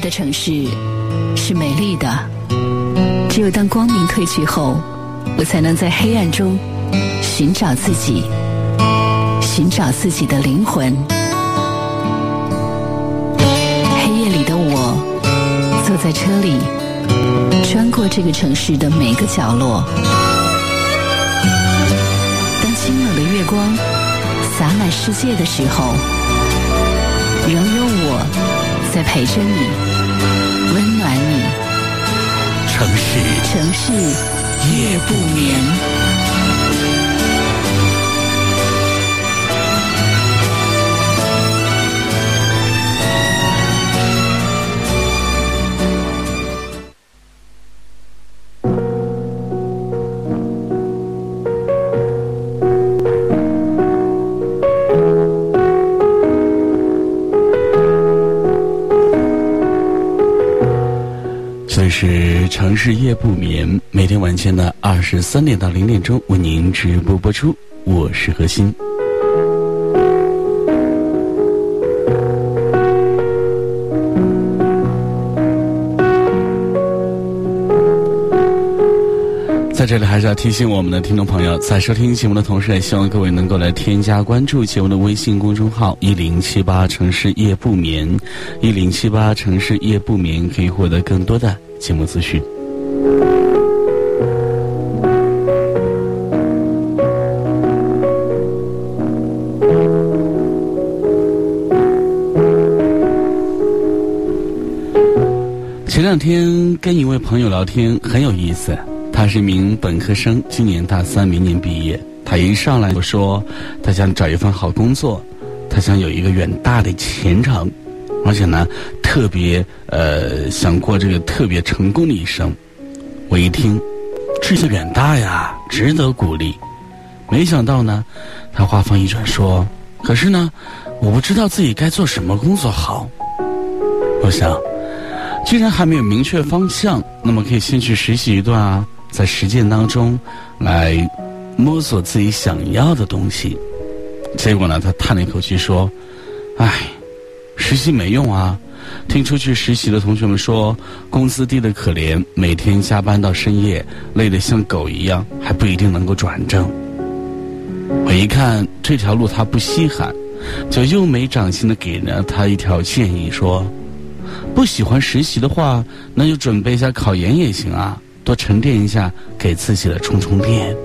的城市是美丽的，只有当光明褪去后，我才能在黑暗中寻找自己，寻找自己的灵魂。黑夜里的我坐在车里，穿过这个城市的每个角落。当清冷的月光洒满世界的时候，仍有我在陪着你，温暖你。城市夜不眠。 这是城市夜不眠，每天晚间的23点到0点钟为您直播播出，我是何欣。在这里还是要提醒我们的听众朋友，在收听节目的同时，也希望各位能够来添加关注节目的微信公众号1078城市夜不眠，1078城市夜不眠，可以获得更多的节目资讯。前两天跟一位朋友聊天很有意思，他是一名本科生，今年大3，明年毕业。他一上来就说他想找一份好工作，他想有一个远大的前程，而且呢特别想过这个特别成功的一生。我一听，志向远大呀，值得鼓励。没想到呢，他话锋一转说，可是呢我不知道自己该做什么工作好。我想既然还没有明确方向，那么可以先去实习一段啊，在实践当中来摸索自己想要的东西。结果呢，他叹了一口气说，实习没用啊，听出去实习的同学们说工资低得可怜，每天加班到深夜，累得像狗一样，还不一定能够转正。我一看这条路他不稀罕，就又没长心的给了他一条建议，说不喜欢实习的话，那就准备一下考研也行啊，多沉淀一下，给自己的充充电。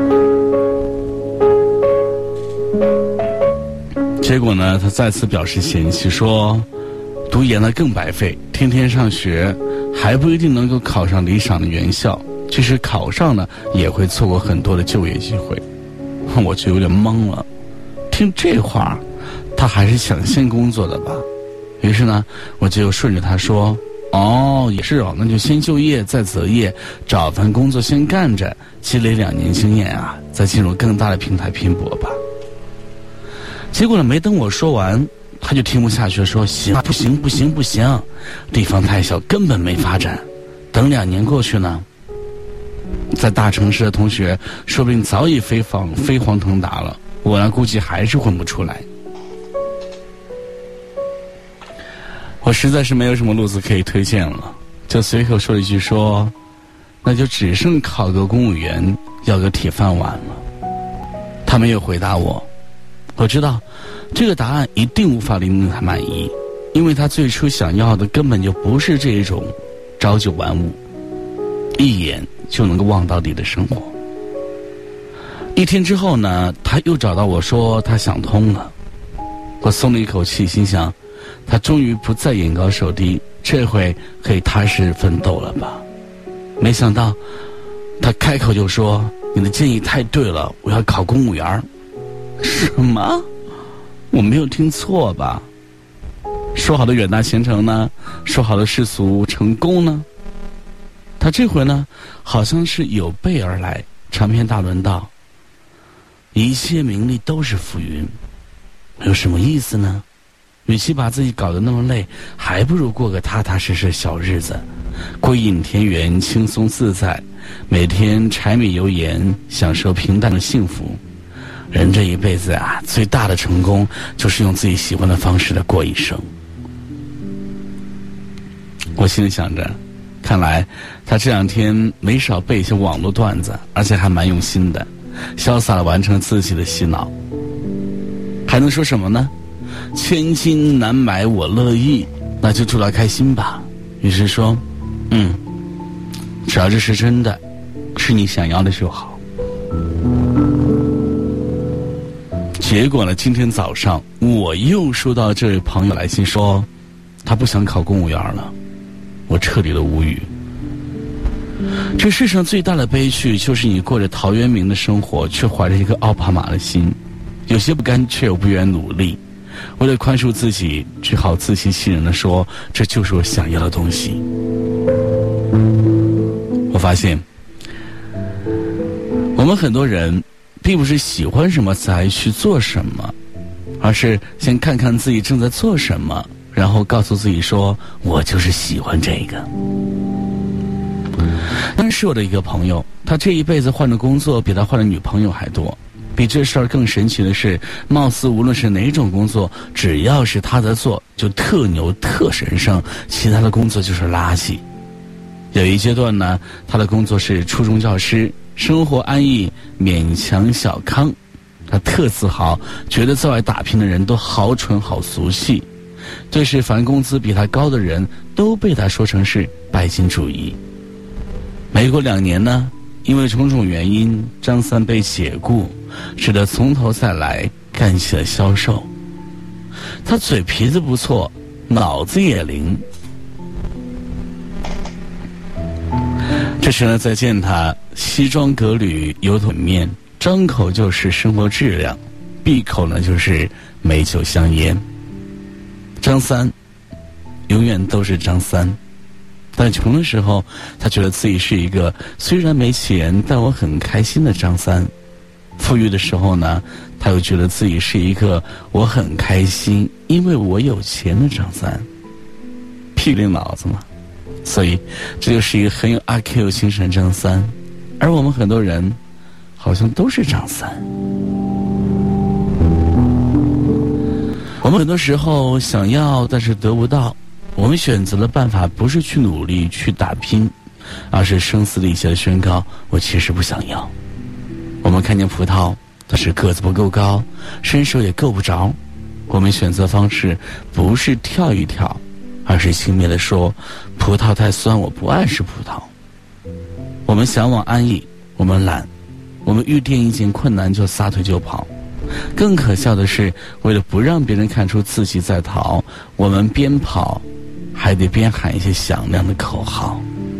结果呢，他再次表示嫌弃，说读研了更白费，天天上学，还不一定能够考上理想的院校，即使考上了，也会错过很多的就业机会。我就有点懵了，听这话，他还是想先工作的吧？于是呢，我就顺着他说，也是哦，那就先就业再择业，找份工作先干着，积累2年经验啊，再进入更大的平台拼搏吧。结果呢，没等我说完，他就听不下去了，说不行，地方太小，根本没发展。等2年过去呢，在大城市的同学说不定早已飞黄腾达了，我呢估计还是混不出来。我实在是没有什么路子可以推荐了，就随口说了一句，说那就只剩考个公务员，要个铁饭碗了。他没有回答我，我知道这个答案一定无法令他满意，因为他最初想要的根本就不是这一种朝九晚五，一眼就能够望到底的生活。1天之后呢，他又找到我说他想通了。我松了一口气，心想他终于不再眼高手低，这回可以踏实奋斗了吧。没想到他开口就说，你的建议太对了，我要考公务员。什么？我没有听错吧？说好的远大前程呢？说好的世俗成功呢？他这回呢，好像是有备而来，长篇大论道，一切名利都是浮云，有什么意思呢？与其把自己搞得那么累，还不如过个踏踏实实小日子，归隐田园，轻松自在，每天柴米油盐，享受平淡的幸福。人这一辈子啊，最大的成功就是用自己喜欢的方式来过一生。 我心里想着，看来他这两天没少背一些网络段子，而且还蛮用心的，潇洒地完成自己的洗脑。还能说什么呢？千金难买我乐意，那就祝他开心吧。于是说，只要这是真的，是你想要的就好。结果呢，今天早上我又收到这位朋友来信说，他不想考公务员了。我彻底的无语。这世上最大的悲剧就是你过着陶渊明的生活，却怀着一个奥巴马的心，有些不甘却又不愿努力，为了宽恕自己，只好自欺欺人的说，这就是我想要的东西。我发现我们很多人并不是喜欢什么才去做什么，而是先看看自己正在做什么，然后告诉自己说，我就是喜欢这个。但是我的一个朋友，他这一辈子换的工作比他换的女朋友还多。比这事儿更神奇的是，貌似无论是哪种工作，只要是他在做，就特牛特神圣，其他的工作就是垃圾。有一阶段呢，他的工作是初中教师，生活安逸，勉强小康。他特自豪，觉得在外打拼的人都好蠢好俗气，对是凡工资比他高的人都被他说成是拜金主义。没过2年呢，因为种种原因，张三被解雇，使得从头再来干起了销售。他嘴皮子不错，脑子也灵。这时呢，再见他西装革履油桶面，张口就是生活质量，闭口呢就是美酒香烟。张三永远都是张三。但穷的时候，他觉得自己是一个虽然没钱但我很开心的张三。富裕的时候呢，他又觉得自己是一个我很开心因为我有钱的张三。屁灵脑子嘛。所以这就是一个很有阿 Q 精神张三，而我们很多人好像都是张三。我们很多时候想要但是得不到，我们选择的办法不是去努力去打拼，而是声嘶力竭的宣告，我其实不想要。我们看见葡萄，但是个子不够高，伸手也够不着，我们选择方式不是跳一跳，而是轻蔑地说，葡萄太酸，我不爱吃葡萄。我们向往安逸，我们懒，我们遇见一件困难就撒腿就跑。更可笑的是，为了不让别人看出自己在逃，我们边跑还得边喊一些响亮的口号。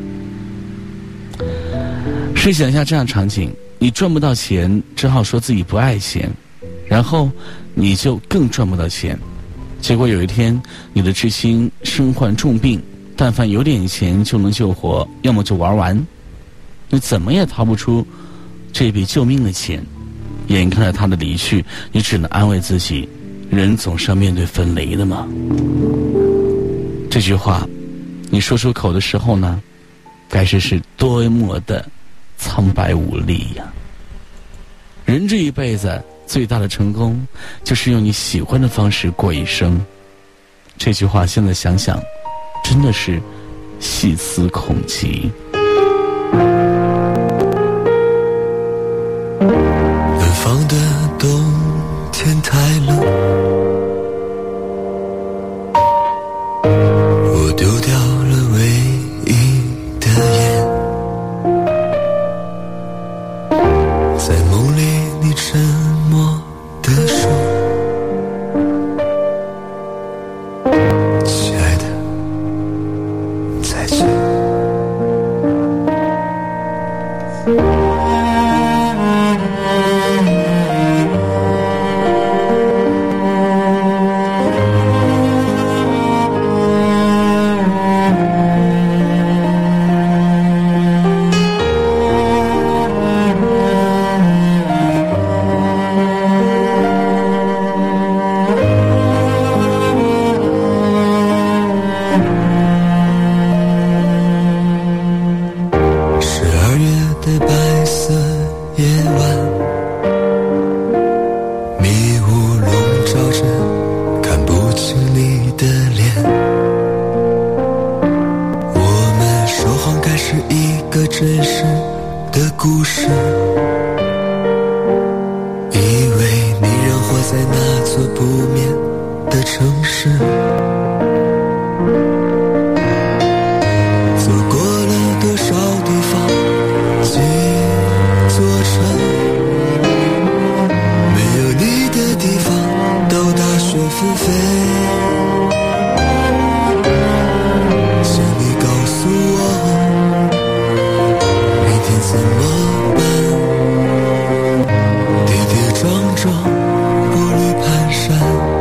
试想一下这样场景，你赚不到钱，只好说自己不爱钱，然后你就更赚不到钱。结果有一天，你的至亲身患重病，但凡有点钱就能救活，要么就玩完。你怎么也逃不出这笔救命的钱。眼看着他的离去，你只能安慰自己，人总是要面对分离的嘛。这句话你说出口的时候呢，该是多么的苍白无力呀。人这一辈子最大的成功，就是用你喜欢的方式过一生。这句话现在想想，真的是细思恐极。 远方的冬天太冷，我丢掉了唯一的烟，在梦里你沉默地说，亲爱的，再见。 真实的故事，以为你仍活在那座不眠的城市，走过了多少地方，几座城，没有你的地方都大雪纷飞，请你告诉我明天怎么办，跌跌撞撞步履蹒跚，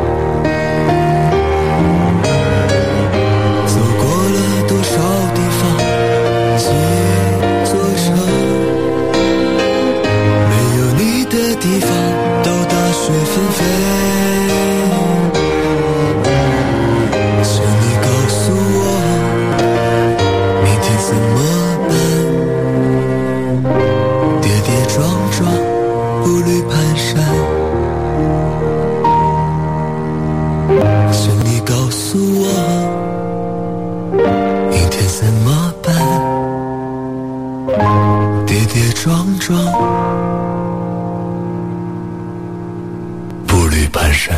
走过了多少地方，几座城，没有你的地方都大雪纷飞，请你告诉我明天怎么办，跌跌撞撞步履蹒跚，请你告诉我明天怎么办，跌跌撞撞步履蹒跚。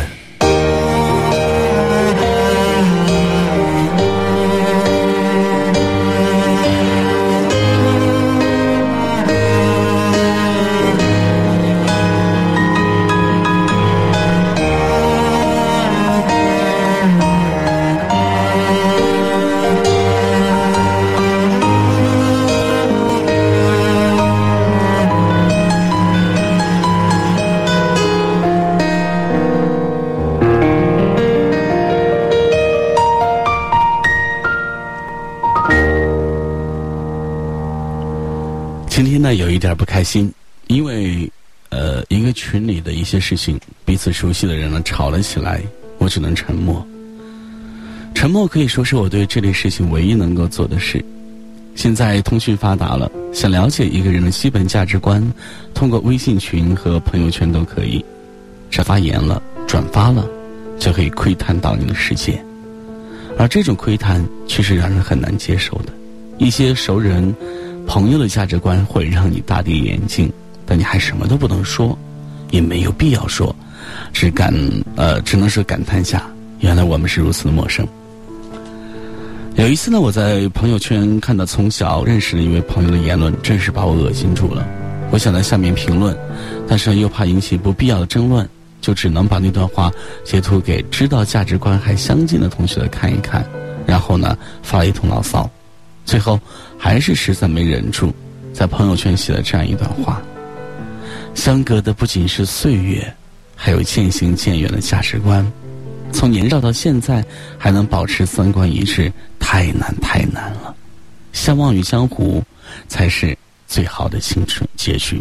今天呢有一点不开心，因为一个群里的一些事情，彼此熟悉的人呢吵了起来，我只能沉默。沉默可以说是我对这类事情唯一能够做的事。现在通讯发达了，想了解一个人的基本价值观，通过微信群和朋友圈都可以。只要发言了、转发了，就可以窥探到你的世界。而这种窥探却是让人很难接受的。一些熟人朋友的价值观会让你大跌眼镜，但你还什么都不能说，也没有必要说，只能是感叹下，原来我们是如此的陌生。有一次呢，我在朋友圈看到从小认识的一位朋友的言论，真是把我恶心住了。我想在下面评论，但是又怕引起不必要的争论，就只能把那段话截图给知道价值观还相近的同学看一看，然后呢发了一通牢骚。最后还是实在没忍住，在朋友圈写了这样一段话：相隔的不仅是岁月，还有渐行渐远的价值观。从年少到现在还能保持三观一致，太难了。相忘于江湖才是最好的青春结局。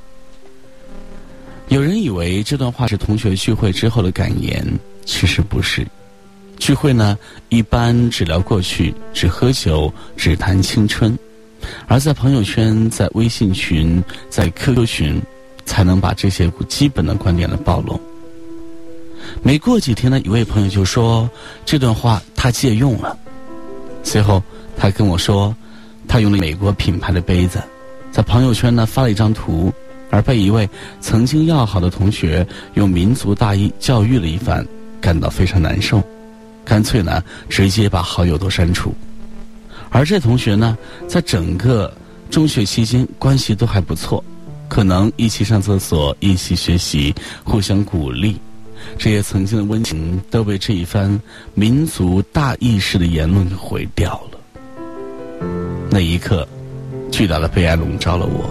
有人以为这段话是同学聚会之后的感言，其实不是。聚会呢，一般只聊过去，只喝酒，只谈青春。而在朋友圈、在微信群、在 QQ 群，才能把这些基本的观点的暴露。没过几天呢，一位朋友就说这段话他借用了。随后他跟我说，他用了美国品牌的杯子，在朋友圈呢发了一张图，而被一位曾经要好的同学用民族大义教育了一番，感到非常难受，干脆呢直接把好友都删除。而这同学呢，在整个中学期间关系都还不错，可能一起上厕所，一起学习，互相鼓励。这些曾经的温情都被这一番民族大义式的言论给毁掉了。那一刻，巨大的悲哀笼罩了我。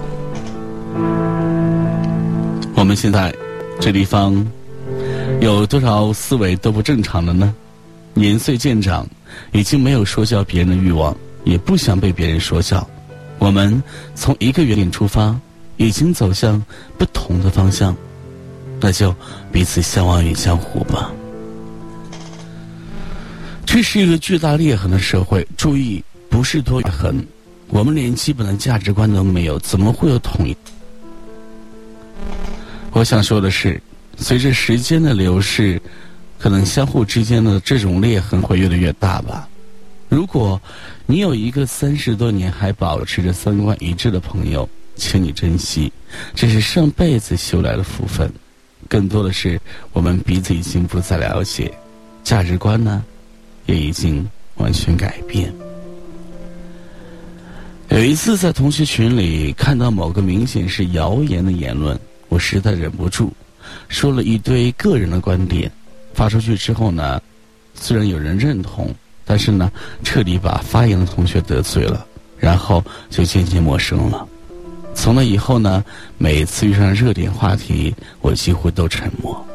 我们现在这地方有多少思维都不正常了呢？年岁渐长，已经没有说教别人的欲望，也不想被别人说教。我们从一个原点出发，已经走向不同的方向，那就彼此相忘于江湖吧。这是一个巨大裂痕的社会，注意，不是多元痕。我们连基本的价值观都没有，怎么会有统一？我想说的是，随着时间的流逝，可能相互之间的这种裂痕会越来越大吧。 如果你有一个30多年还保持着三观一致的朋友，请你珍惜，这是上辈子修来的福分。更多的是我们彼此已经不再了解，价值观呢也已经完全改变。有一次在同学群里看到某个明显是谣言的言论，我实在忍不住说了一堆个人的观点，发出去之后呢，虽然有人认同，但是呢彻底把发言的同学得罪了，然后就渐渐陌生了。从那以后呢，每次遇上热点话题，我几乎都沉默。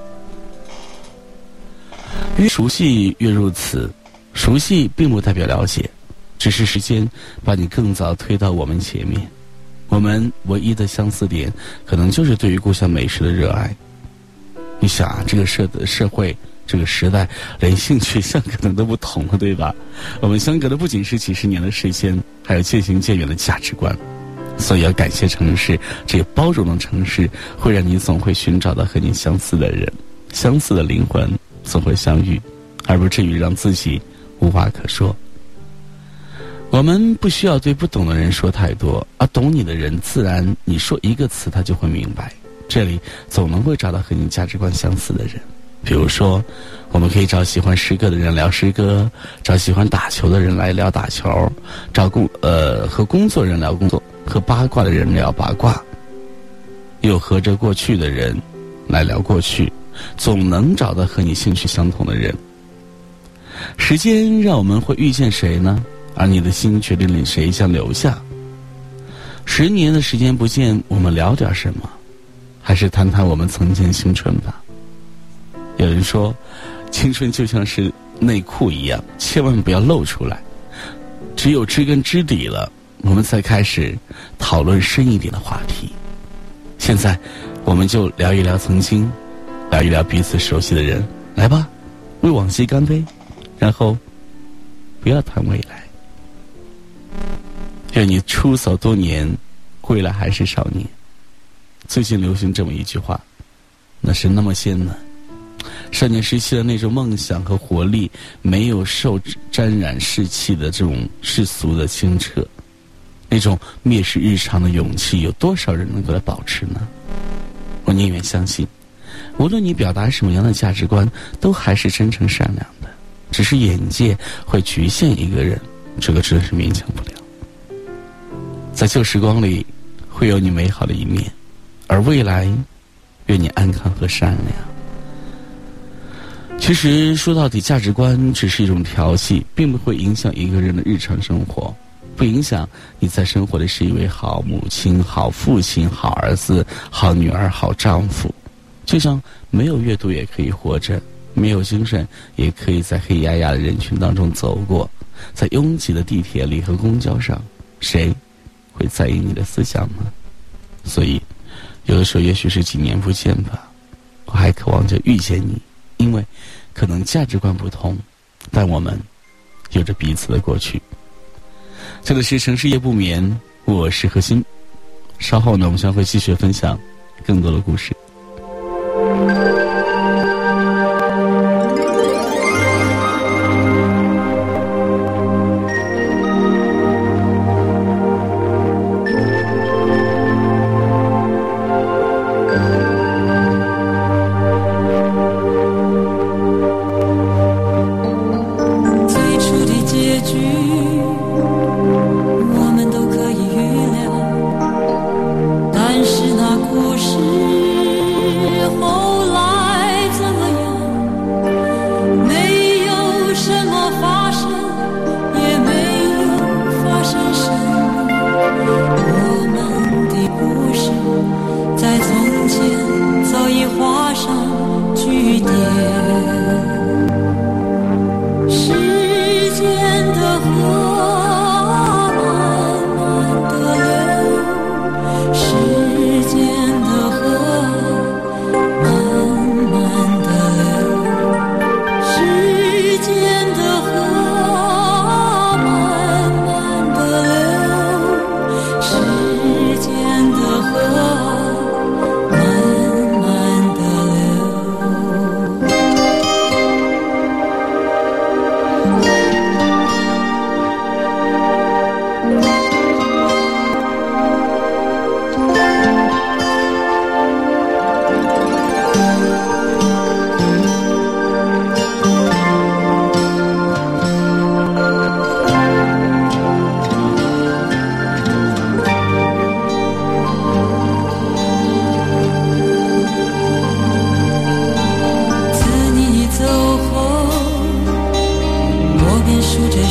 越熟悉越如此，熟悉并不代表了解，只是时间把你更早推到我们前面。我们唯一的相似点，可能就是对于故乡美食的热爱。你想啊，这个社会这个时代，连兴趣相可能都不同了，对吧？我们相隔的不仅是几十年的时间，还有渐行渐远的价值观。所以要感谢城市，这个包容的城市会让你总会寻找到和你相似的人，相似的灵魂总会相遇，而不至于让自己无话可说。我们不需要对不懂的人说太多，而懂你的人自然你说一个词他就会明白。这里总能会找到和你价值观相似的人，比如说我们可以找喜欢诗歌的人聊诗歌，找喜欢打球的人来聊打球，找和工作人聊工作，和八卦的人聊八卦，又和着过去的人来聊过去，总能找到和你兴趣相同的人。时间让我们会遇见谁呢？而你的心决定了谁将留下。10年的时间不见，我们聊点什么？还是谈谈我们曾经的青春吧。有人说，青春就像是内裤一样，千万不要露出来，只有知根知底了，我们才开始讨论深一点的话题。现在我们就聊一聊曾经，聊一聊彼此熟悉的人，来吧，为往昔干杯，然后不要谈未来。愿你出走多年，归来还是少年。最近流行这么一句话，那是那么鲜暖。少年时期的那种梦想和活力，没有受沾染世气的这种世俗的清澈，那种蔑视日常的勇气，有多少人能够来保持呢？我宁愿相信，无论你表达什么样的价值观，都还是真诚善良的，只是眼界会局限一个人，这个真的是勉强不了。在旧时光里会有你美好的一面，而未来愿你安康和善良。其实说到底，价值观只是一种调戏，并不会影响一个人的日常生活，不影响你在生活里是一位好母亲、好父亲、好儿子、好女儿、好丈夫。就像没有阅读也可以活着，没有精神也可以在黑压压的人群当中走过，在拥挤的地铁里和公交上，谁会在意你的思想呢？所以有的时候也许是几年不见吧，我还渴望着遇见你，因为可能价值观不同，但我们有着彼此的过去。这里是城市夜不眠，我是何欣。稍后呢，我们将会继续分享更多的故事。 时间的河慢慢地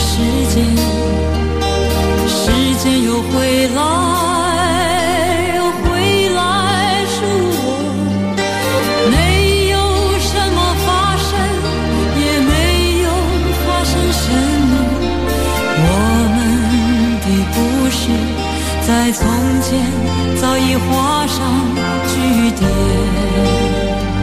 时间又回来数我，没有什么发生，也没有发生什么，我们的故事在从前早已画上句点。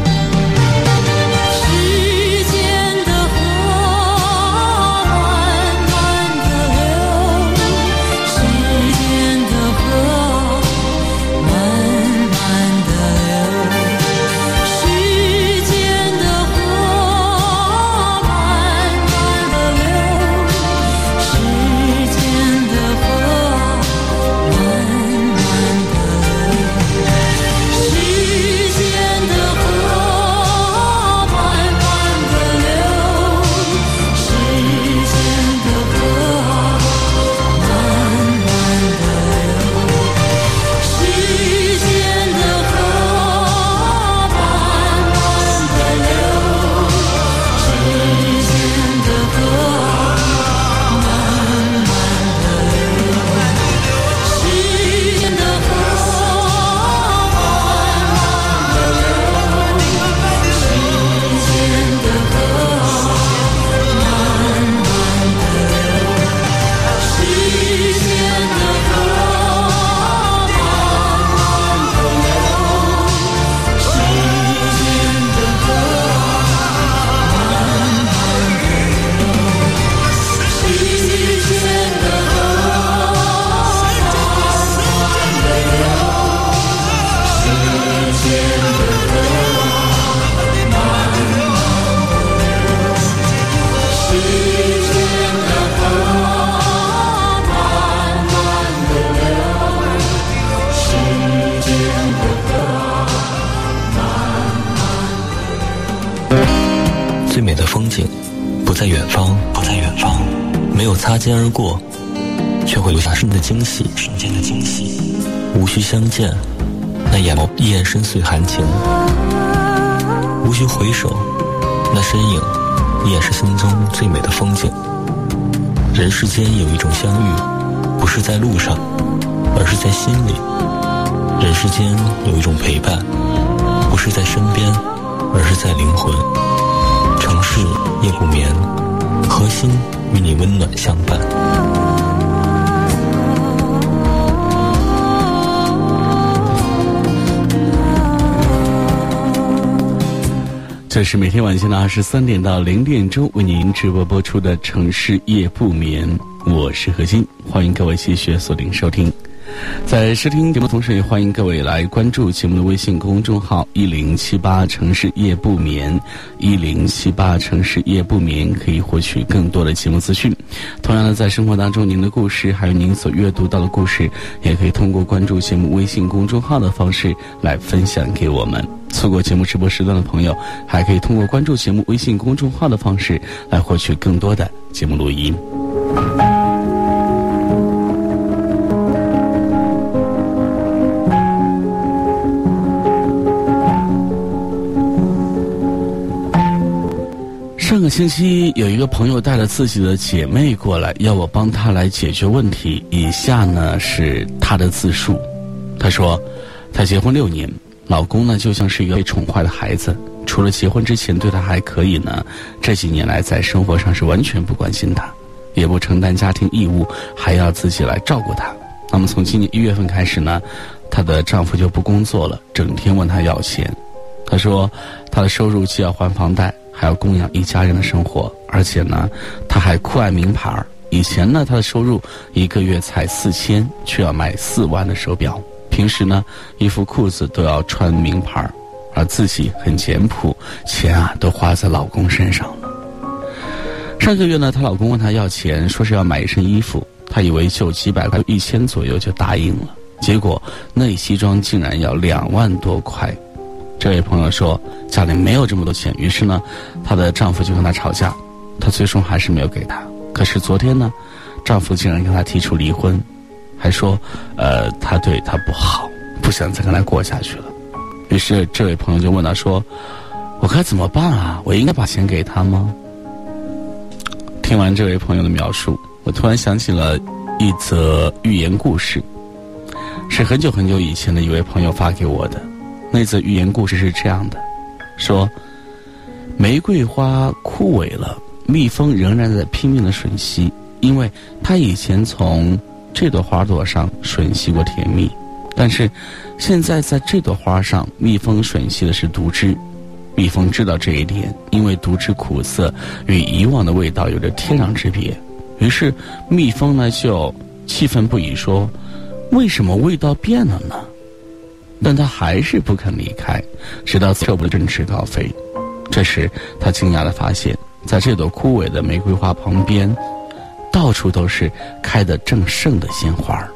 最美的风景不在远方，没有擦肩而过，却会留下瞬间的惊喜。无需相见，那眼眸依然深邃含情；无需回首，那身影依然是心中最美的风景。人世间有一种相遇，不是在路上，而是在心里；人世间有一种陪伴，不是在身边，而是在灵魂。城市夜不眠，核心与你温暖相伴。 这是每天晚间的23点到0点钟为您直播播出的城市夜不眠，我是何欣，欢迎各位继续锁定收听。在收听节目同时，也欢迎各位来关注节目的微信公众号1078城市夜不眠，1078城市夜不眠，可以获取更多的节目资讯。同样的，在生活当中您的故事还有您所阅读到的故事，也可以通过关注节目微信公众号的方式来分享给我们。错过节目直播时段的朋友，还可以通过关注节目微信公众号的方式来获取更多的节目录音。上个星期有一个朋友带了自己的姐妹过来，要我帮她来解决问题。以下呢是她的自述。她说她结婚6年，老公呢就像是一个被宠坏的孩子，除了结婚之前对她还可以呢，这几年来在生活上是完全不关心她，也不承担家庭义务，还要自己来照顾她。那么从今年1月份开始呢，她的丈夫就不工作了，整天问她要钱。她说她的收入既要还房贷，还要供养一家人的生活，而且呢她还酷爱名牌。以前呢她的收入1个月才4000，却要买4万的手表，平时呢衣服裤子都要穿名牌，而自己很简朴，钱啊都花在老公身上了。上个月呢她老公问她要钱，说是要买一身衣服，她以为就几百块1000左右就答应了，结果内西装竟然要2万多块。这位朋友说家里没有这么多钱，于是呢她的丈夫就跟她吵架，她最终还是没有给她。可是昨天呢丈夫竟然跟她提出离婚，还说他对她不好，不想再跟她过下去了。于是这位朋友就问她说，我该怎么办啊？我应该把钱给他吗？ 听完这位朋友的描述，我突然想起了一则寓言故事，是很久很久以前的一位朋友发给我的。那则寓言故事是这样的，说玫瑰花枯萎了，蜜蜂仍然在拼命的吮吸，因为它以前从这朵花朵上吮吸过甜蜜，但是现在在这朵花上，蜜蜂吮吸的是毒汁。蜜蜂知道这一点，因为毒汁苦涩与以往的味道有着天壤之别，于是蜜蜂呢就气愤不已，说为什么味道变了呢？但它还是不肯离开，直到受不了振翅高飞。这时他惊讶地发现，在这朵枯萎的玫瑰花旁边，到处都是开得正盛的鲜花。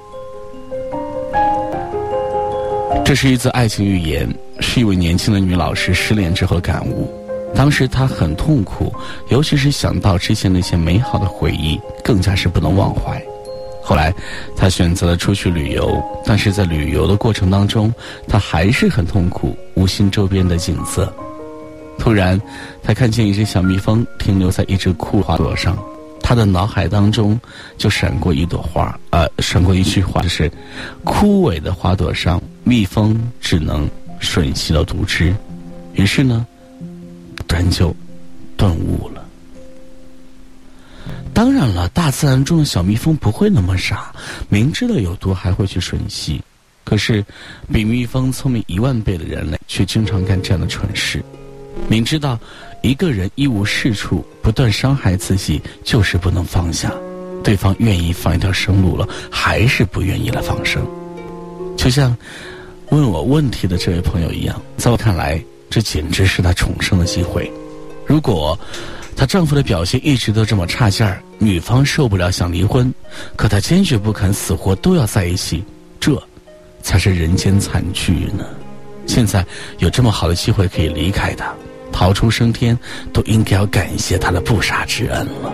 这是一则爱情寓言，是一位年轻的女老师失恋之后的感悟。当时她很痛苦，尤其是想到之前那些美好的回忆，更加是不能忘怀。后来她选择了出去旅游，但是在旅游的过程当中，她还是很痛苦，无心周边的景色。突然她看见一只小蜜蜂停留在一只枯花朵上，她的脑海当中就闪过一朵花，闪过一句话，就是枯萎的花朵上，蜜蜂只能吮吸了毒汁。于是呢，突然就顿悟了。当然了，大自然中的小蜜蜂不会那么傻，明知道有毒还会去吮吸。可是比蜜蜂聪明10000倍的人类却经常干这样的蠢事。明知道一个人一无是处，不断伤害自己，就是不能放下。对方愿意放一条生路了，还是不愿意来放生。就像问我问题的这位朋友一样，在我看来，这简直是他重生的机会。如果她丈夫的表现一直都这么差劲儿，女方受不了想离婚，可她坚决不肯，死活都要在一起，这才是人间惨剧呢。现在有这么好的机会可以离开他，逃出升天，都应该要感谢他的不杀之恩了。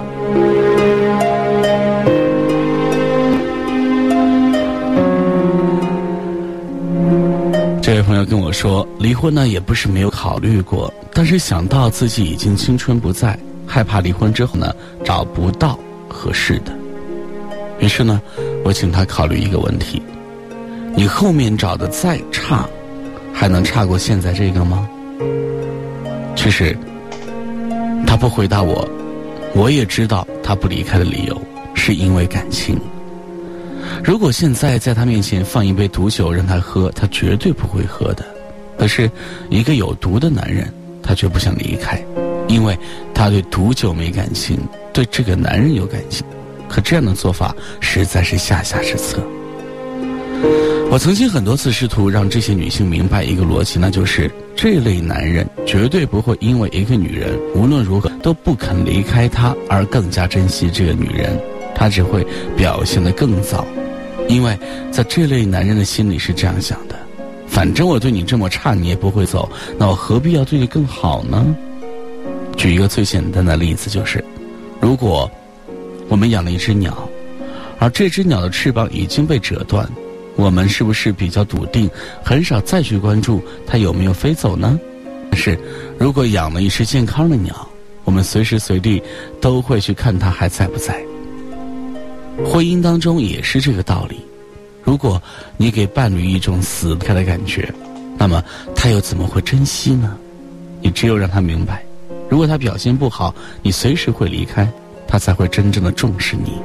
这位朋友跟我说，离婚呢也不是没有考虑过，但是想到自己已经青春不在，害怕离婚之后呢找不到合适的。于是呢，我请他考虑一个问题，你后面找的再差，还能差过现在这个吗？其实他不回答我，我也知道他不离开的理由是因为感情。如果现在在他面前放一杯毒酒让他喝，他绝对不会喝的。可是一个有毒的男人，他却不想离开，因为他对毒酒没感情，对这个男人有感情。可这样的做法实在是下下之策。我曾经很多次试图让这些女性明白一个逻辑，那就是这类男人绝对不会因为一个女人无论如何都不肯离开她而更加珍惜这个女人，他只会表现得更糟。因为在这类男人的心里是这样想的，反正我对你这么差你也不会走，那我何必要对你更好呢？举一个最简单的例子，就是如果我们养了一只鸟，而这只鸟的翅膀已经被折断，我们是不是比较笃定，很少再去关注它有没有飞走呢？但是如果养了一只健康的鸟，我们随时随地都会去看它还在不在。婚姻当中也是这个道理，如果你给伴侣一种死开的感觉，那么他又怎么会珍惜呢？你只有让他明白，如果他表现不好，你随时会离开，他才会真正的重视你。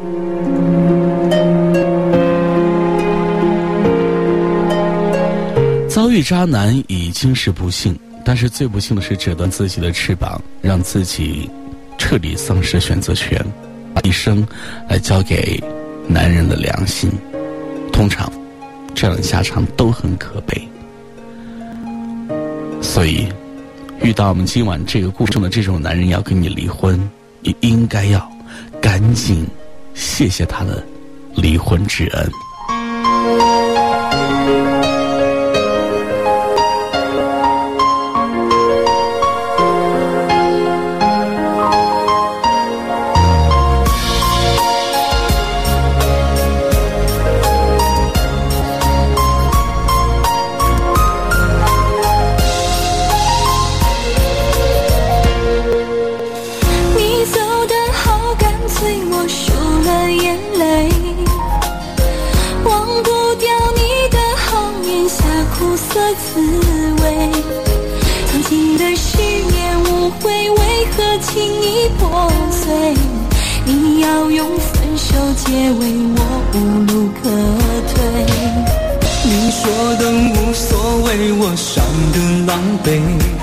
遭遇渣男已经是不幸，但是最不幸的是折断自己的翅膀，让自己彻底丧失选择权，把一生来交给男人的良心。通常这样的下场都很可悲。所以遇到我们今晚这个故事中的这种男人要跟你离婚，你应该要赶紧谢谢他的离婚之恩。 你走得好干色滋味。曾经的誓言无悔，为何轻易破碎？你要用分手结尾，我无路可退。 你说的无所谓，我伤得狼狈，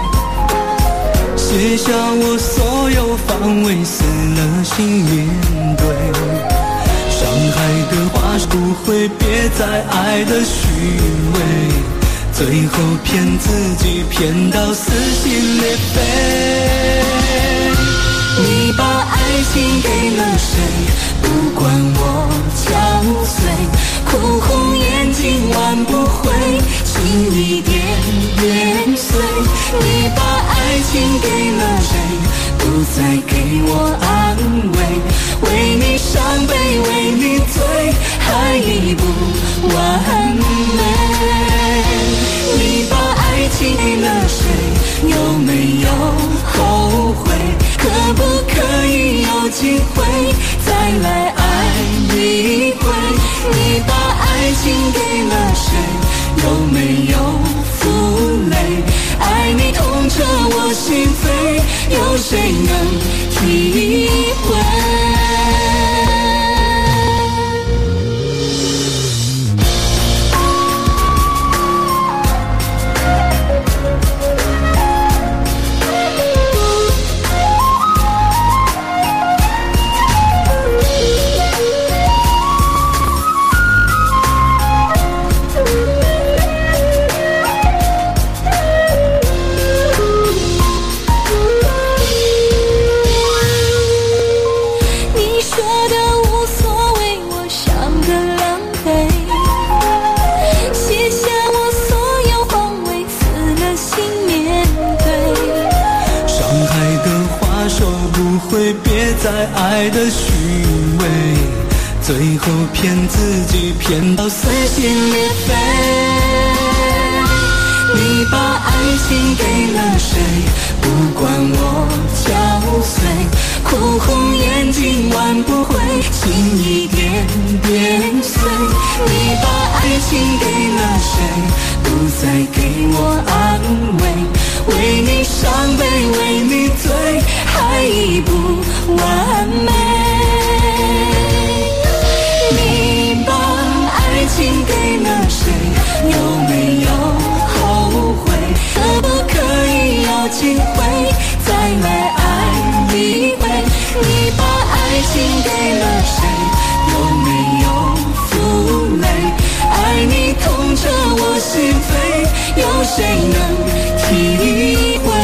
卸下我所有防卫，死了心面对。伤害的话不会，别再爱的虚伪，最后骗自己骗到撕心裂肺。你把爱情给了谁？不管我憔悴，哭红眼睛挽不回，情一点点碎。你把爱情给了谁？不再给我安慰，为你伤悲，为你醉，还已不完美。你把爱情给了谁？有没有后悔？可不可以有机会再来爱一回？你把爱情给了谁？有没有负累？爱你痛彻我心扉，有谁能体会？在爱的虚伪，最后骗自己骗到撕心裂肺。你把爱情给了谁？不管我憔悴，哭红眼睛挽不回，情一点点碎。你把爱情给了谁？不再给我安慰，为你伤悲，为你醉，还已不完美。你把爱情给了谁？有没有后悔？可不可以有机会再来爱一回？你把爱情给了谁？有没有负累？爱你痛彻我心扉，有谁能体会？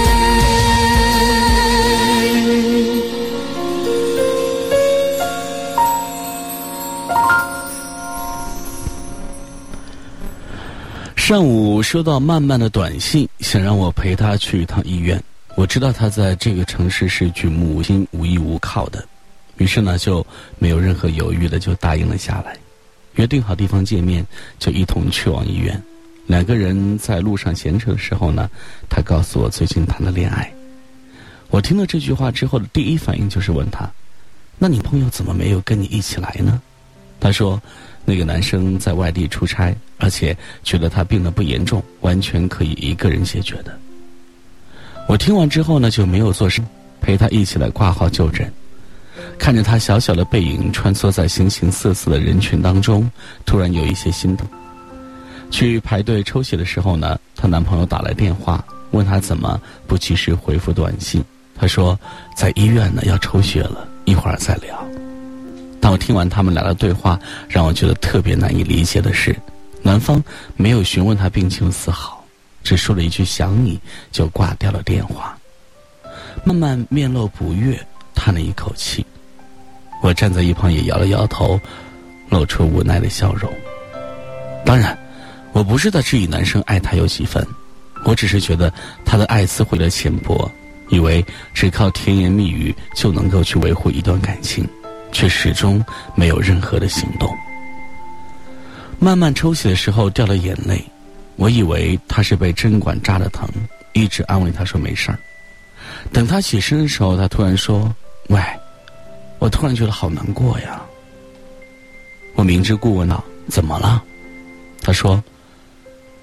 上午收到曼曼的短信，想让我陪她去一趟医院。我知道她在这个城市是举目无亲、无依无靠的，于是呢就没有任何犹豫的就答应了下来。约定好地方见面，就一同去往医院。两个人在路上闲扯的时候呢，她告诉我最近谈了恋爱。我听了这句话之后的第一反应就是问她：那你朋友怎么没有跟你一起来呢？她说那个男生在外地出差，而且觉得他病得不严重，完全可以一个人解决的。我听完之后呢，就没有做声，陪他一起来挂号就诊。看着他小小的背影穿梭在形形色色的人群当中，突然有一些心疼。去排队抽血的时候呢，她男朋友打来电话，问她怎么不及时回复短信。她说在医院呢，要抽血了，一会儿再聊。但我听完他们俩的对话，让我觉得特别难以理解的是，男方没有询问她病情丝毫，只说了一句想你，就挂掉了电话。慢慢面露不悦，叹了一口气。我站在一旁也摇了摇头，露出无奈的笑容。当然我不是在质疑男生爱她有几分，我只是觉得他的爱似乎有点浅薄，以为只靠甜言蜜语就能够去维护一段感情，却始终没有任何的行动。慢慢抽血的时候掉了眼泪，我以为他是被针管扎的疼，一直安慰他说没事儿。等他起身的时候，他突然说：喂，我突然觉得好难过呀。我明知故问道：怎么了？他说：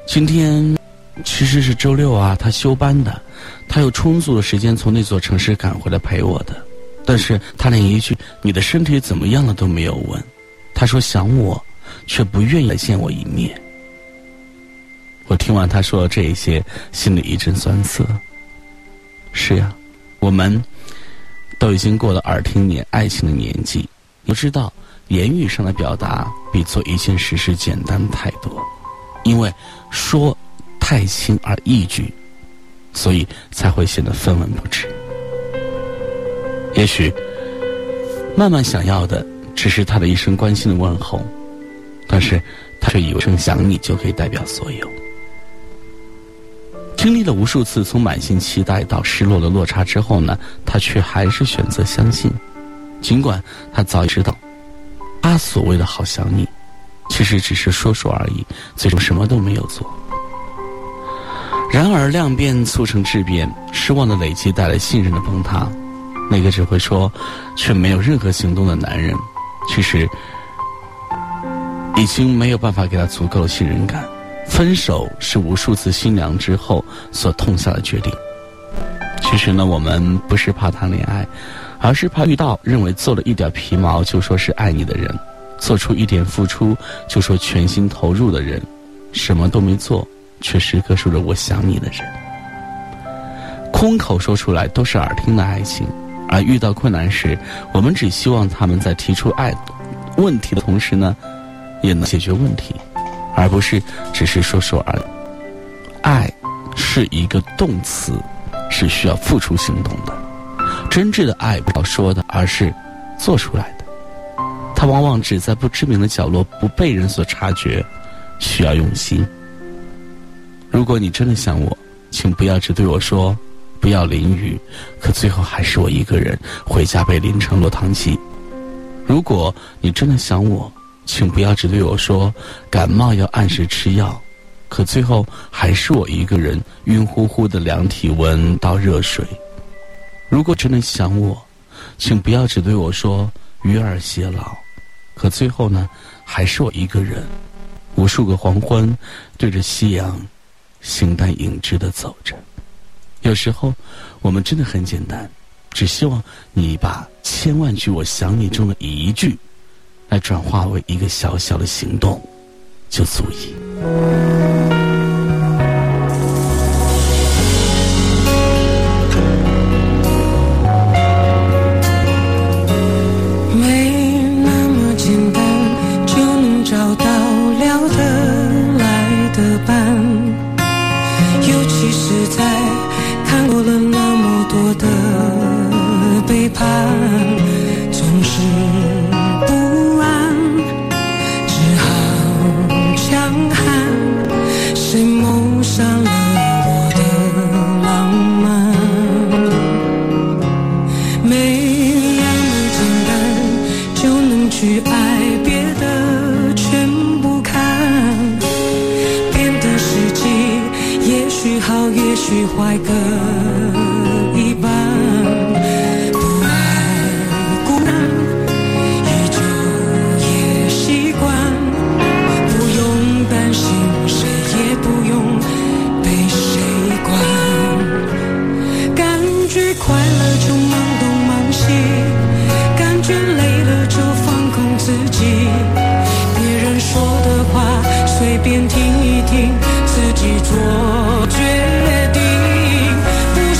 今天其实是周六啊，他休班的，他有充足的时间从那座城市赶回来陪我的，但是他连一句你的身体怎么样了都没有问。他说想我，却不愿意来见我一面。我听完他说这一些，心里一阵酸涩。是呀，我们都已经过了耳听爱情的年纪，你知道言语上的表达比做一件事是简单太多，因为说太轻而易举，所以才会显得分文不值。也许慢慢想要的只是他的一声关心的问候，但是他却以为声想你就可以代表所有。经历了无数次从满心期待到失落的落差之后呢，他却还是选择相信，尽管他早已知道他所谓的好想你其实只是说说而已，最终什么都没有做。然而量变促成质变，失望的累积带来信任的崩塌。那个只会说却没有任何行动的男人，其实已经没有办法给他足够的信任感。分手是无数次心凉之后所痛下的决定。其实呢，我们不是怕谈恋爱，而是怕遇到认为做了一点皮毛就说是爱你的人，做出一点付出就说全心投入的人，什么都没做却时刻说着我想你的人。空口说出来都是耳听的爱情，而遇到困难时，我们只希望他们在提出爱问题的同时呢，也能解决问题，而不是只是说说而已。爱是一个动词，是需要付出行动的。真挚的爱不要说的，而是做出来的。它往往只在不知名的角落，不被人所察觉，需要用心。如果你真的想我，请不要只对我说不要淋雨，可最后还是我一个人回家被淋成落汤鸡。如果你真的想我，请不要只对我说感冒要按时吃药，可最后还是我一个人晕乎乎的量体温倒热水。如果真的想我，请不要只对我说与尔偕老，可最后呢，还是我一个人无数个黄昏对着夕阳形单影只地走着。有时候我们真的很简单，只希望你把千万句我想你中的一句来转化为一个小小的行动就足以。 没那么简单就能找到聊得来的伴，尤其是在看过了那么多的背叛，总是不安，只好强悍，谁谋杀了我的浪漫？没那么简单就能去爱，别的全不看，变的时机也许好也许坏各一半，不爱孤单依旧也习惯，不用担心谁也不用被谁管，感觉快乐就忙东忙西，感觉累了就放空自己，别人说的话随便听一听，自己做决定，不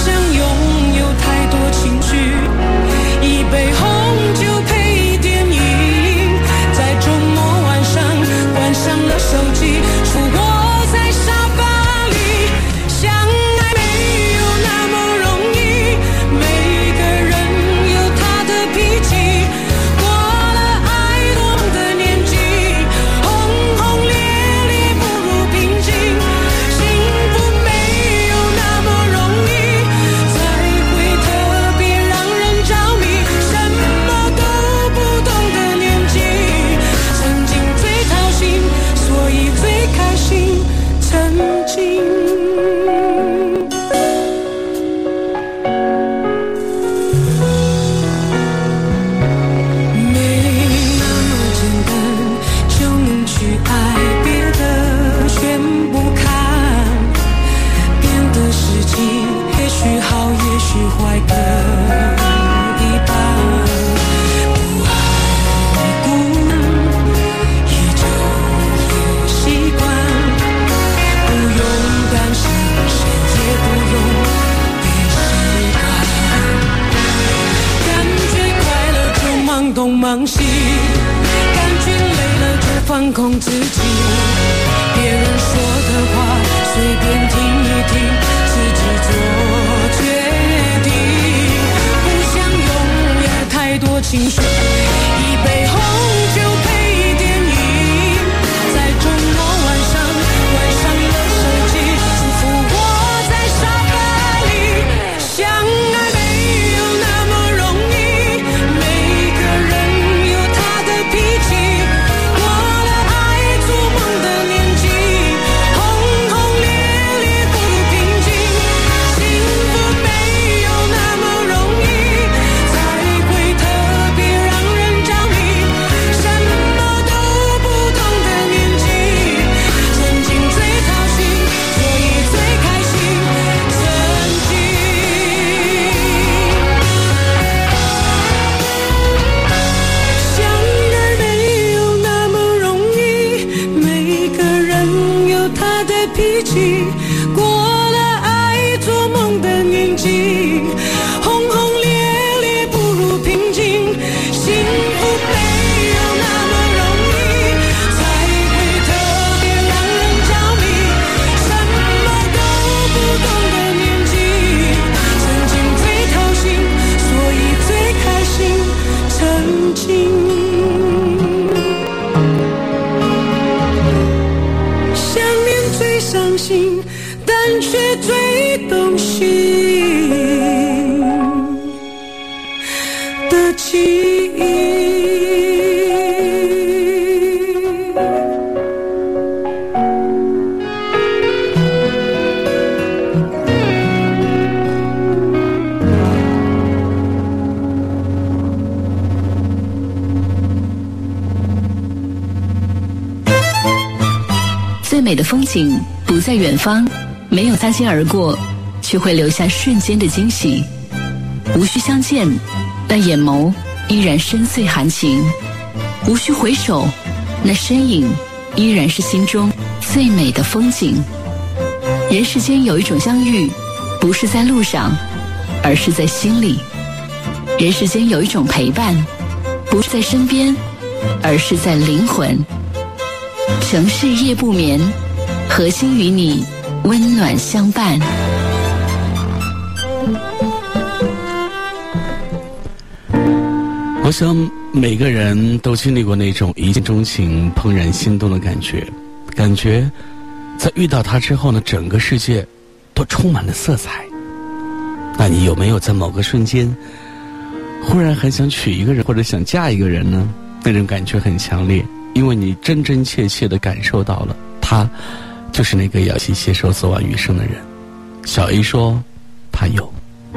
感觉累了就放空自己，别人说的话随便听一听，自己做决定，不想拥有太多情绪，一杯红酒配电影，在周末晚上关上了手机，舒服窝在沙发里，相爱没有那么容易，每个人有他的脾气，过了爱做梦的年纪，轰轰烈烈不如平静，幸福没有那么容易，才会特别让人着迷，什么都不懂的年纪，曾经最掏心，所以最开心，曾经相爱没有那么容易，每个人有他的脾气，过了爱做梦的年纪，轰轰烈烈不如平静，幸福没有那么容易，才会特别让人着迷，什么都不懂的年纪，曾经最掏心，所以最开心，曾经想念最伤心，但却最动心的记忆。 最美的风景不在远方，没有擦肩而过，却会留下瞬间的惊喜。无需相见，但眼眸依然深邃含情；无需回首，那身影依然是心中最美的风景。人世间有一种相遇，不是在路上，而是在心里；人世间有一种陪伴，不是在身边，而是在灵魂。城市夜不眠，核心与你温暖相伴。 我想每个人都经历过那种一见钟情、怦然心动的感觉，在遇到他之后呢，整个世界都充满了色彩。那你有没有在某个瞬间忽然很想娶一个人，或者想嫁一个人呢？那种感觉很强烈，因为你真真切切地感受到了他就是那个要一起携手走完余生的人。小 A 说他有。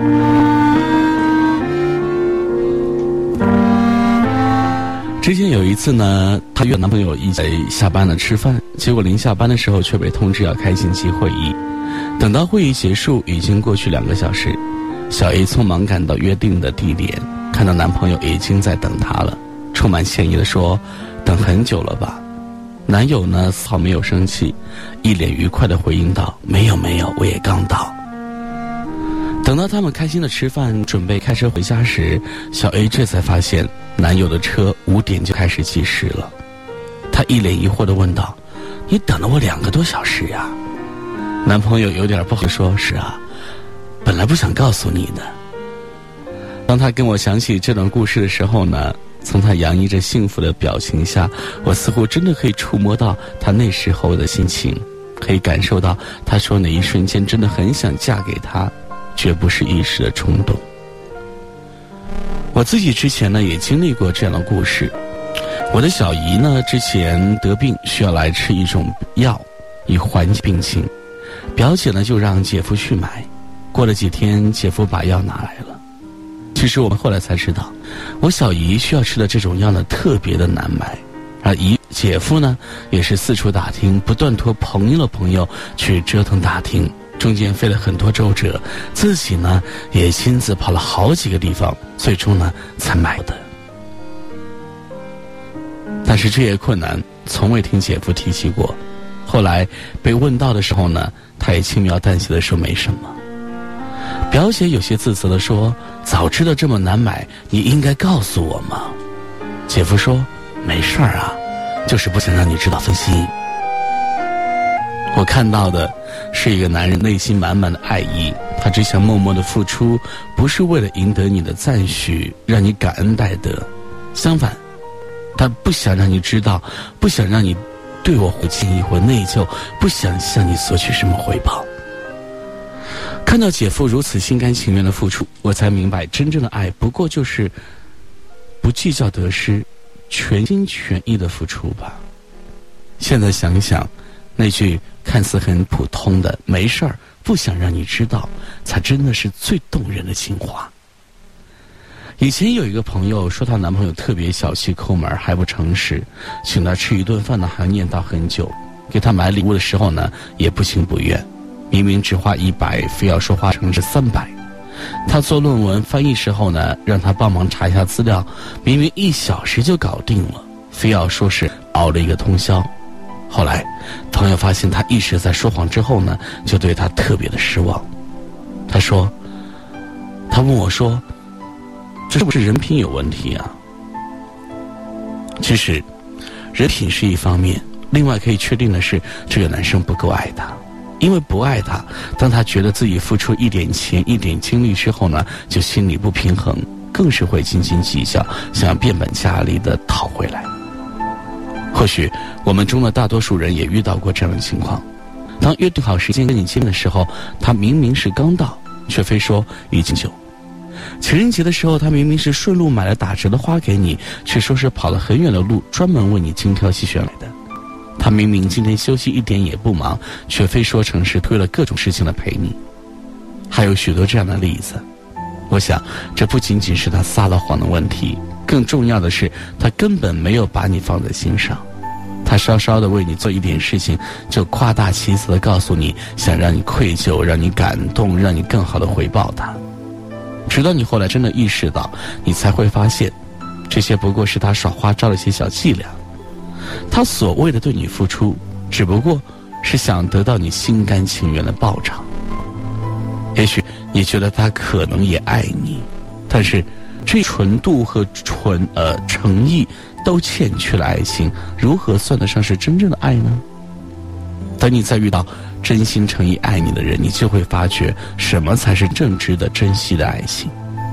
之前有一次呢，她约男朋友一起下班了吃饭，结果临下班的时候却被通知要开紧急会议。等到会议结束，已经过去2个小时，小 A 匆忙赶到约定的地点，看到男朋友已经在等她了，充满歉意地说：“等很久了吧？”男友呢丝毫没有生气，一脸愉快地回应道：“没有，我也刚到。”等到他们开心的吃饭，准备开车回家时，小 A 这才发现男友的车5点就开始计时了。她一脸疑惑地问道：“你等了我2个多小时呀？”男朋友有点不好地说：“是啊，本来不想告诉你的。”当他跟我讲起这段故事的时候呢，从他洋溢着幸福的表情下，我似乎真的可以触摸到他那时候的心情，可以感受到他说那一瞬间真的很想嫁给他，绝不是一时的冲动。我自己之前呢也经历过这样的故事。我的小姨呢之前得病，需要来吃一种药以缓解病情，表姐呢就让姐夫去买。过了几天，姐夫把药拿来了。其实我们后来才知道，我小姨需要吃的这种药呢特别的难买，而姐夫呢也是四处打听，不断托朋友的朋友去折腾打听，中间费了很多周折，自己呢也亲自跑了好几个地方，最终呢才买的。但是这些困难从未听姐夫提起过，后来被问到的时候呢，他也轻描淡写的说没什么。表姐有些自责的说：“早知道这么难买，你应该告诉我嘛。” 姐夫说没事儿啊，就是不想让你知道分析。我看到的是一个男人内心满满的爱意，他只想默默的付出，不是为了赢得你的赞许，让你感恩戴德。相反，他不想让你知道，不想让你对我介意或内疚，不想向你索取什么回报。看到姐夫如此心甘情愿的付出，我才明白，真正的爱不过就是不计较得失，全心全意的付出吧。现在想想，那句看似很普通的没事儿，不想让你知道，才真的是最动人的情话。以前有一个朋友说，她男朋友特别小气抠门，还不诚实，请她吃一顿饭呢还念叨很久，给她买礼物的时候呢也不情不愿，明明只花100，非要说花成是300。他做论文翻译时候呢，让他帮忙查一下资料，明明1小时就搞定了，非要说是熬了一个通宵。后来朋友发现他一直在说谎之后呢，就对他特别的失望。他问我说，这是不是人品有问题啊？其实人品是一方面，另外可以确定的是，这个男生不够爱他。因为不爱他，当他觉得自己付出一点钱一点精力之后呢，就心里不平衡，更是会斤斤计较，想要变本加厉的讨回来。或许我们中的大多数人也遇到过这样的情况，当约定好时间跟你见面的时候，他明明是刚到，却非说已经久。情人节的时候，他明明是顺路买了打折的花给你，却说是跑了很远的路专门为你精挑细选来的。他明明今天休息一点也不忙，却非说成是推了各种事情来陪你。还有许多这样的例子。我想这不仅仅是他撒了谎的问题，更重要的是他根本没有把你放在心上。他稍稍的为你做一点事情，就夸大其词的告诉你，想让你愧疚，让你感动，让你更好的回报他。直到你后来真的意识到，你才会发现，这些不过是他耍花招的一些小伎俩。他所谓的对你付出，只不过是想得到你心甘情愿的报偿。也许你觉得他可能也爱你，但是这纯度和诚意都欠缺了爱情，如何算得上是真正的爱呢？等你再遇到真心诚意爱你的人，你就会发觉什么才是正值得珍惜的爱情。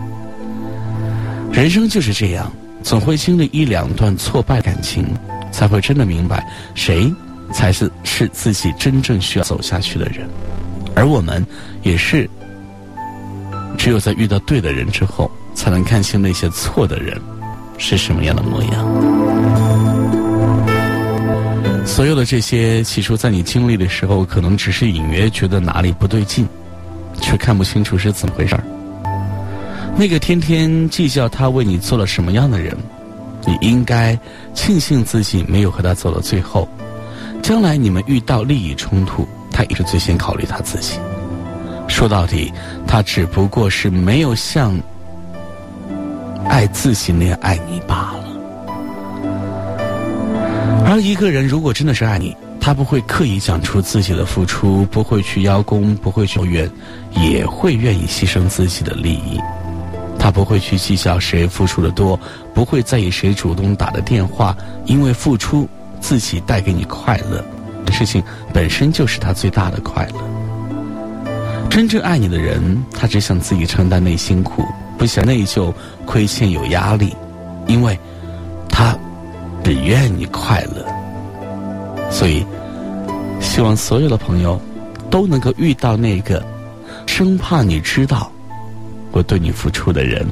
人生就是这样，总会经历1、2段挫败感情，才会真的明白谁才是自己真正需要走下去的人。而我们也是只有在遇到对的人之后，才能看清那些错的人是什么样的模样。所有的这些起初在你经历的时候，可能只是隐约觉得哪里不对劲，却看不清楚是怎么回事儿。那个天天计较他为你做了什么样的人，你应该庆幸自己没有和他走到最后。将来你们遇到利益冲突，他也是最先考虑他自己。说到底，他只不过是没有像爱自己那样爱你罢了。而一个人如果真的是爱你，他不会刻意讲出自己的付出，不会去邀功，不会去抱怨，也会愿意牺牲自己的利益。他不会去计较谁付出的多，不会在意谁主动打的电话，因为付出自己带给你快乐，这事情本身就是他最大的快乐。真正爱你的人，他只想自己承担内辛苦，不想内疚、亏欠有压力，因为他只愿你快乐。所以希望所有的朋友都能够遇到那个生怕你知道我对你付出的人。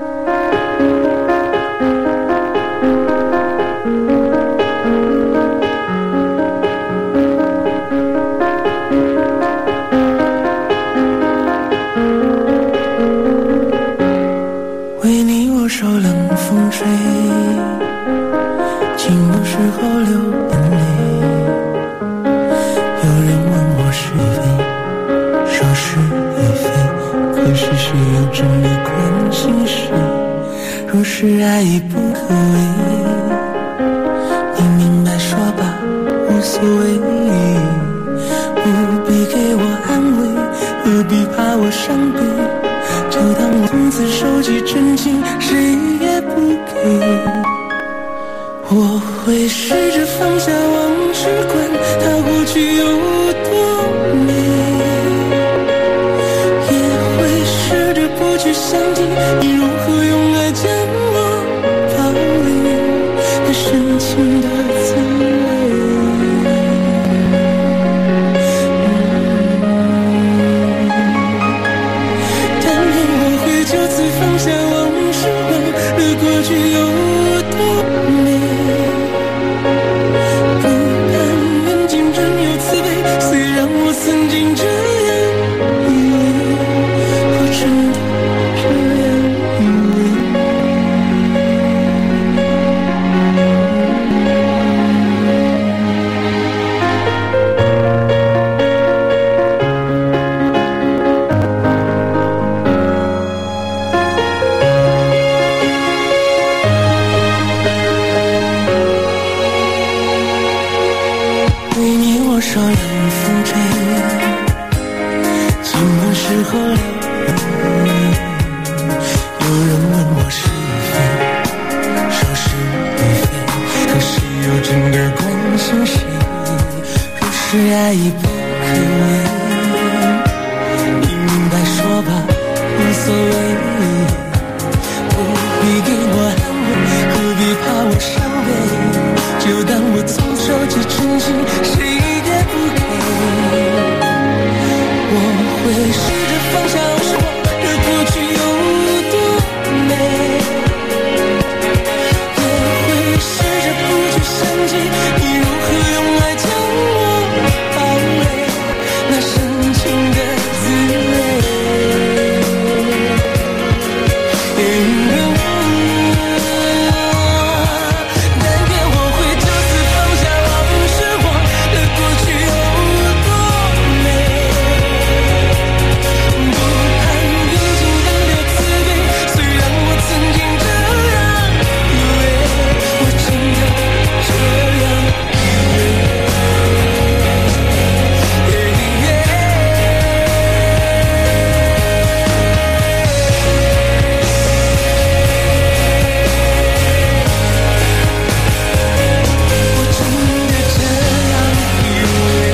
为你我受冷风吹，寂寞时候流眼泪。有人问我是非，说是与非，可是谁又真的关心谁？若是爱已不可为，你明白说吧，无所谓，不必给我安慰，何必怕我伤悲？就当我从此收集真情，谁也不给。 我会试着放下往事，管它过去有多美，也会试着不去想起你如何用爱将我包围，那深情的滋味。但愿我会就此放下往事，忘了过去有多美，不盼缘尽仍有慈悲，虽然我曾经这样以为，我真的这样以为。为你我少冷风吹，寂寞时候有人问我是非，说是与非，可谁又真的关心谁？若是爱已不可为，你明白说吧，无所谓，不必给我安慰，何必怕我伤悲，就当我从手机真心，谁也不给。我会试着放下往事，忘了过去有多美，也会试着不去想起你如何用爱将我包围，那深情的滋味。但愿我会就此放下往事，忘了过去有多美，不盼缘尽仍留慈悲，虽然我曾经这样以为，我真的这样以为。我真的这样以为，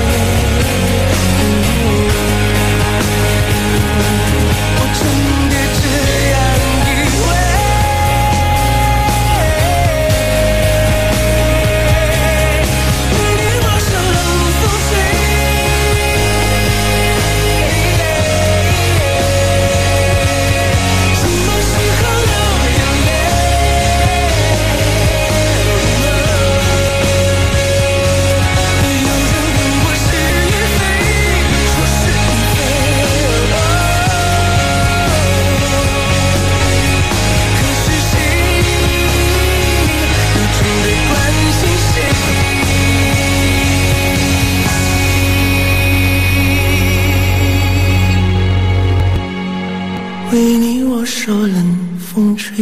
我真的这样以为。为你我受冷风吹，什么时候流眼泪？有人问我是与非，说是与非，可是谁又真的关心谁？为你我受冷风吹。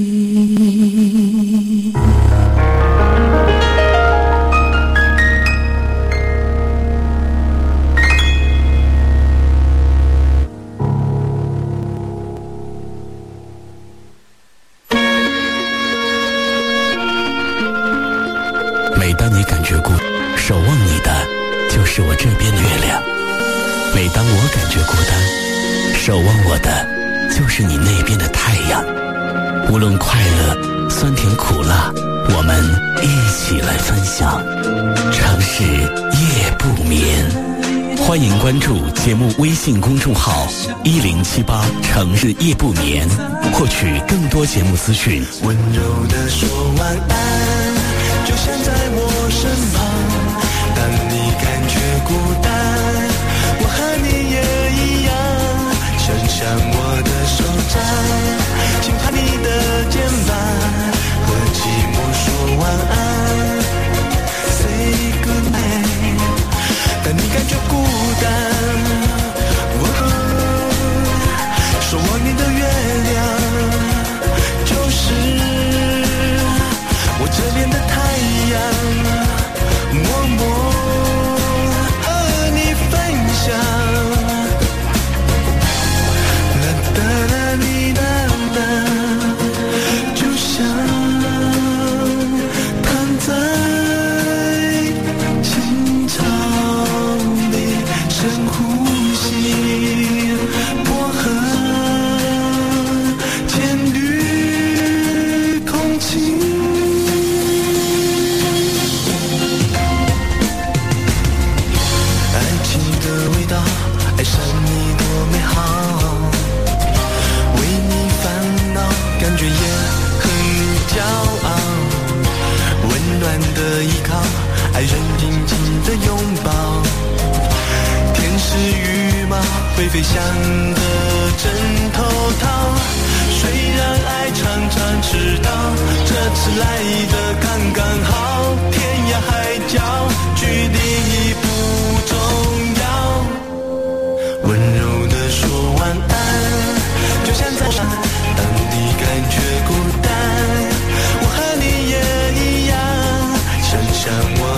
每当你感觉孤，守望你的就是我这边的月亮；每当我感觉孤单，守望我的就是你那边的太阳。无论快乐、酸甜苦辣，我们一起来分享。城市夜不眠，欢迎关注节目微信公众号1078城市夜不眠，获取更多节目资讯。 温柔地说晚安，就像在我身旁。当你感觉孤单，我和你也一样，伸向我的手掌，轻拍你的肩膀，和寂寞说晚安 Say good night。 当你感觉孤单，守望你的月亮，就是我这边的太阳，默默和你分享。啦哒啦哩啦啦，就像飞翔的枕头套。虽然爱常常迟到，这次来的刚刚好，天涯海角距离已不重要。温柔地说晚安，就像在山，当你感觉孤单，我和你也一样，想想我